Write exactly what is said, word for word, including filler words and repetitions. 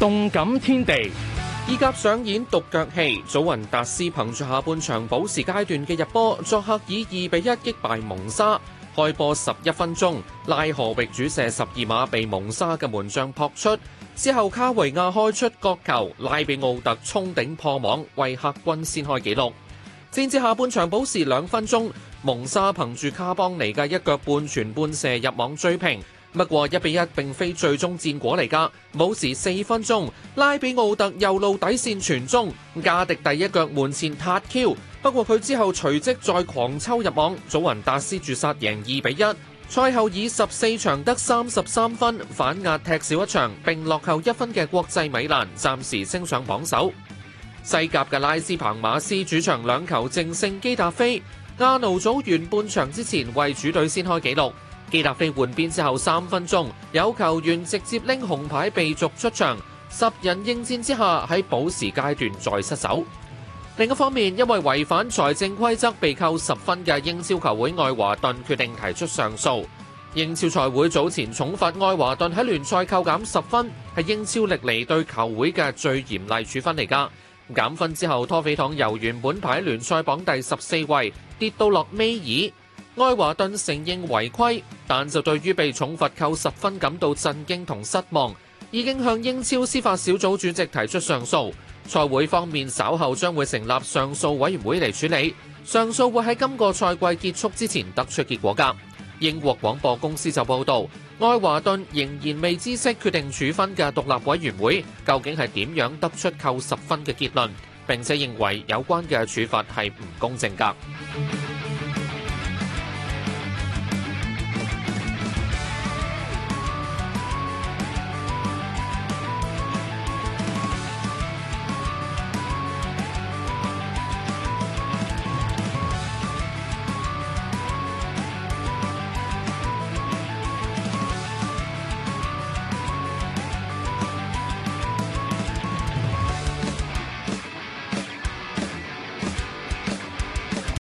動感天地， 意甲上演獨腳戲，祖雲達斯憑住下半場補時階段嘅入波，作客以二比一擊敗蒙沙。開波十一分鐘，拉荷域主射十二碼被蒙沙嘅門將撲出，之後卡維亞開出角球，拉比奧特衝頂破網，為客軍先開紀錄。戰至下半場補時兩分鐘，蒙沙憑住卡邦尼嘅一腳半傳半射入網追平。不過一比一並非最終戰果嚟㗎，補時四分鐘，拉比奧特右路底線傳中，加迪第一腳門前撻 Q， 不過佢之後隨即再狂抽入網，祖雲達斯絕殺贏二比一。賽後以十四場得三十三分，反壓踢少一場並落後一分嘅國際米蘭，暫時升上榜首。西甲嘅拉斯彭馬斯主場兩球淨勝基達菲，亞奴祖完半場之前為主隊先開紀錄。基達菲換邊之後三分鐘，有球員直接拎紅牌被逐出場，十人應戰之下喺補時階段再失手。另一方面，因為違反財政規則被扣十分嘅英超球會愛華頓決定提出上訴。英超賽會早前重罰愛華頓喺聯賽扣減十分，係英超歷嚟對球會嘅最嚴厲處分嚟㗎。減分之後，拖肥糖由原本排聯賽榜第十四位跌到落尾二。愛華頓承認違規，但就對於被重罰扣十分感到震驚同失望，已經向英超司法小組主席提出上訴。賽會方面稍後將會成立上訴委員會嚟處理，上訴會喺今個賽季結束之前得出結果㗎。英國廣播公司就報導，愛華頓仍然未知悉決定處分嘅獨立委員會究竟係點樣得出扣十分嘅結論，並且認為有關嘅處罰係唔公正㗎。